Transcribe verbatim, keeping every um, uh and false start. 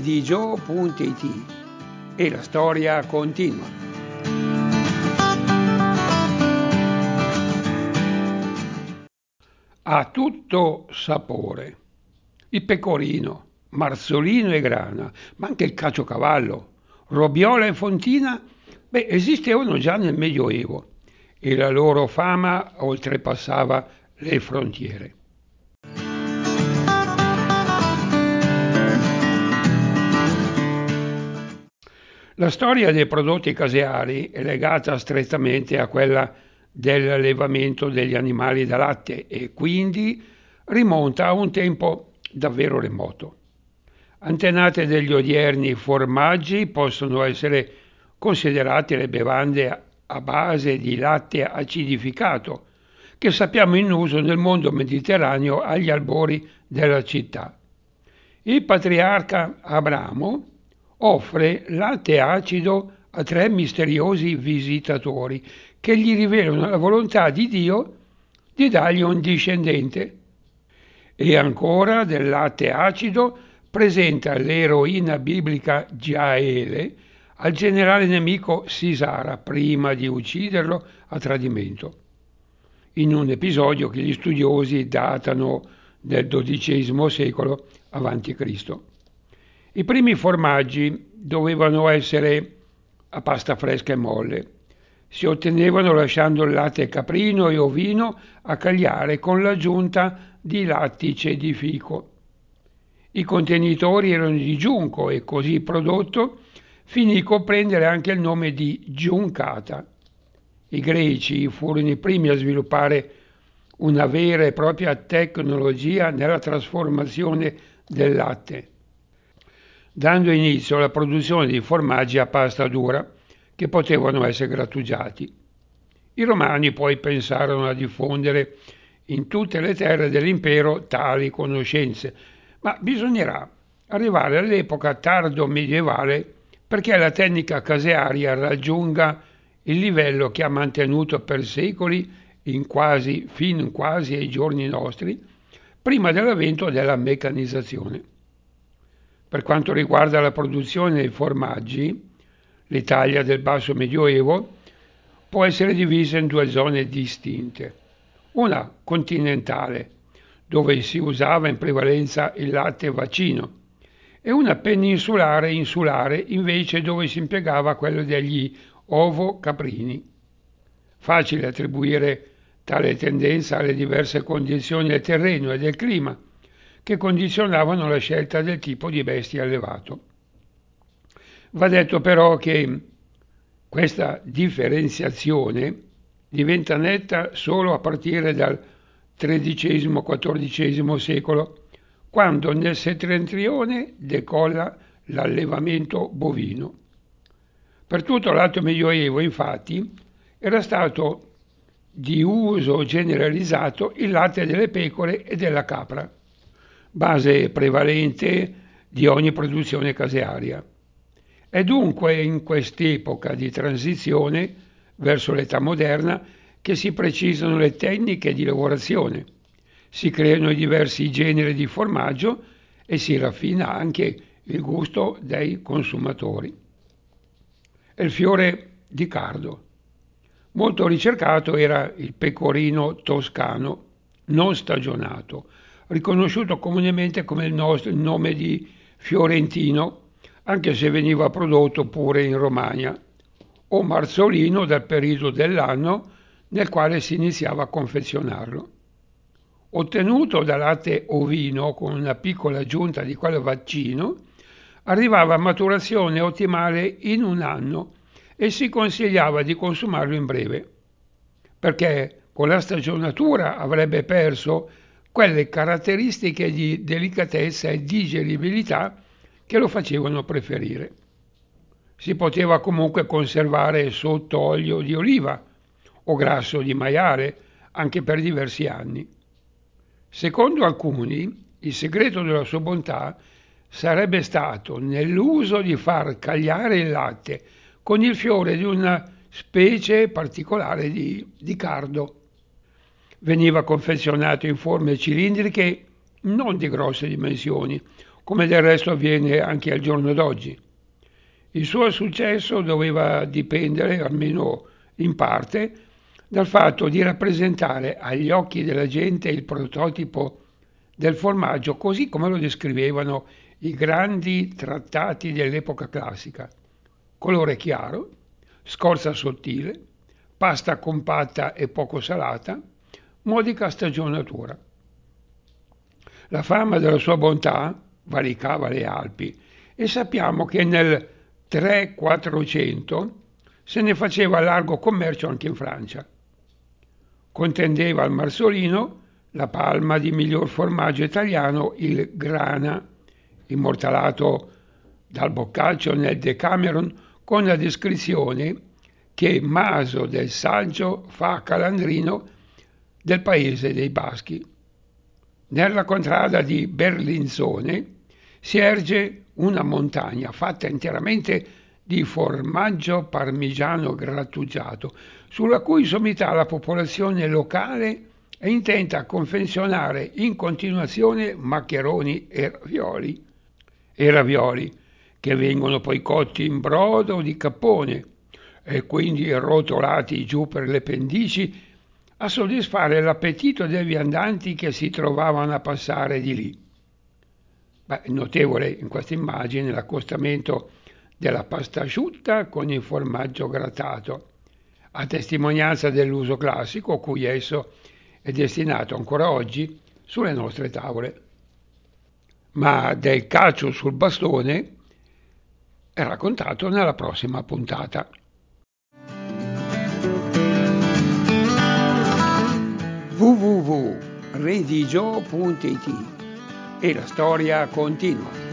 digio punto it e la storia continua. Ha tutto sapore. Il pecorino, marzolino e grana, ma anche il caciocavallo, robiola e fontina, beh, esistevano già nel Medioevo e la loro fama oltrepassava le frontiere. La storia dei prodotti caseari è legata strettamente a quella dell'allevamento degli animali da latte e quindi rimonta a un tempo davvero remoto. Antenate degli odierni formaggi possono essere considerate le bevande a base di latte acidificato, che sappiamo in uso nel mondo mediterraneo agli albori della città. Il patriarca Abramo offre latte acido a tre misteriosi visitatori che gli rivelano la volontà di Dio di dargli un discendente. E ancora del latte acido presenta l'eroina biblica Giaele al generale nemico Sisara prima di ucciderlo a tradimento, in un episodio che gli studiosi datano del dodicesimo secolo avanti Cristo. I primi formaggi dovevano essere a pasta fresca e molle. Si ottenevano lasciando il latte caprino e ovino a cagliare con l'aggiunta di lattice di fico. I contenitori erano di giunco e così il prodotto finì col prendere anche il nome di giuncata. I greci furono i primi a sviluppare una vera e propria tecnologia nella trasformazione del latte, dando inizio alla produzione di formaggi a pasta dura che potevano essere grattugiati. I romani poi pensarono a diffondere in tutte le terre dell'impero tali conoscenze, ma bisognerà arrivare all'epoca tardo medievale perché la tecnica casearia raggiunga il livello che ha mantenuto per secoli in quasi, fin quasi ai giorni nostri, prima dell'avvento della meccanizzazione. Per quanto riguarda la produzione dei formaggi, l'Italia del Basso Medioevo può essere divisa in due zone distinte. Una continentale, dove si usava in prevalenza il latte vaccino, e una peninsulare insulare invece dove si impiegava quello degli ovo-caprini. Facile attribuire tale tendenza alle diverse condizioni del terreno e del clima, che condizionavano la scelta del tipo di bestia allevato. Va detto però che questa differenziazione diventa netta solo a partire dal tredicesimo quattordicesimo secolo, quando nel settentrione decolla l'allevamento bovino. Per tutto l'Alto Medioevo, infatti, era stato di uso generalizzato il latte delle pecore e della capra, base prevalente di ogni produzione casearia. È dunque in quest'epoca di transizione verso l'età moderna che si precisano le tecniche di lavorazione, si creano i diversi generi di formaggio e si raffina anche il gusto dei consumatori. È il fiore di cardo. Molto ricercato era il pecorino toscano non stagionato, riconosciuto comunemente come il, nostro, il nome di fiorentino, anche se veniva prodotto pure in Romagna, o marzolino dal periodo dell'anno nel quale si iniziava a confezionarlo. Ottenuto da latte ovino con una piccola aggiunta di quello vaccino, arrivava a maturazione ottimale in un anno e si consigliava di consumarlo in breve, perché con la stagionatura avrebbe perso quelle caratteristiche di delicatezza e digeribilità che lo facevano preferire. Si poteva comunque conservare sotto olio di oliva o grasso di maiale anche per diversi anni. Secondo alcuni, il segreto della sua bontà sarebbe stato nell'uso di far cagliare il latte con il fiore di una specie particolare di, di cardo. Veniva confezionato in forme cilindriche non di grosse dimensioni, come del resto avviene anche al giorno d'oggi. Il suo successo doveva dipendere, almeno in parte, dal fatto di rappresentare agli occhi della gente il prototipo del formaggio così come lo descrivevano i grandi trattati dell'epoca classica. Colore chiaro, scorza sottile, pasta compatta e poco salata, modica stagionatura. La fama della sua bontà valicava le Alpi e sappiamo che nel tre quattrocento se ne faceva largo commercio anche in Francia. Contendeva al Marsolino la palma di miglior formaggio italiano, il Grana, immortalato dal Boccaccio nel Decameron con la descrizione che Maso del Saggio fa calandrino del paese dei Baschi. Nella contrada di Berlinzone si erge una montagna fatta interamente di formaggio parmigiano grattugiato, sulla cui sommità la popolazione locale è intenta a confezionare in continuazione maccheroni e ravioli, e ravioli che vengono poi cotti in brodo di cappone e quindi rotolati giù per le pendici a soddisfare l'appetito dei viandanti che si trovavano a passare di lì. Beh, notevole in questa immagine l'accostamento della pasta asciutta con il formaggio grattato, a testimonianza dell'uso classico cui esso è destinato ancora oggi sulle nostre tavole. Ma del calcio sul bastone è raccontato nella prossima puntata. w w w punto redigio punto i t e la storia continua.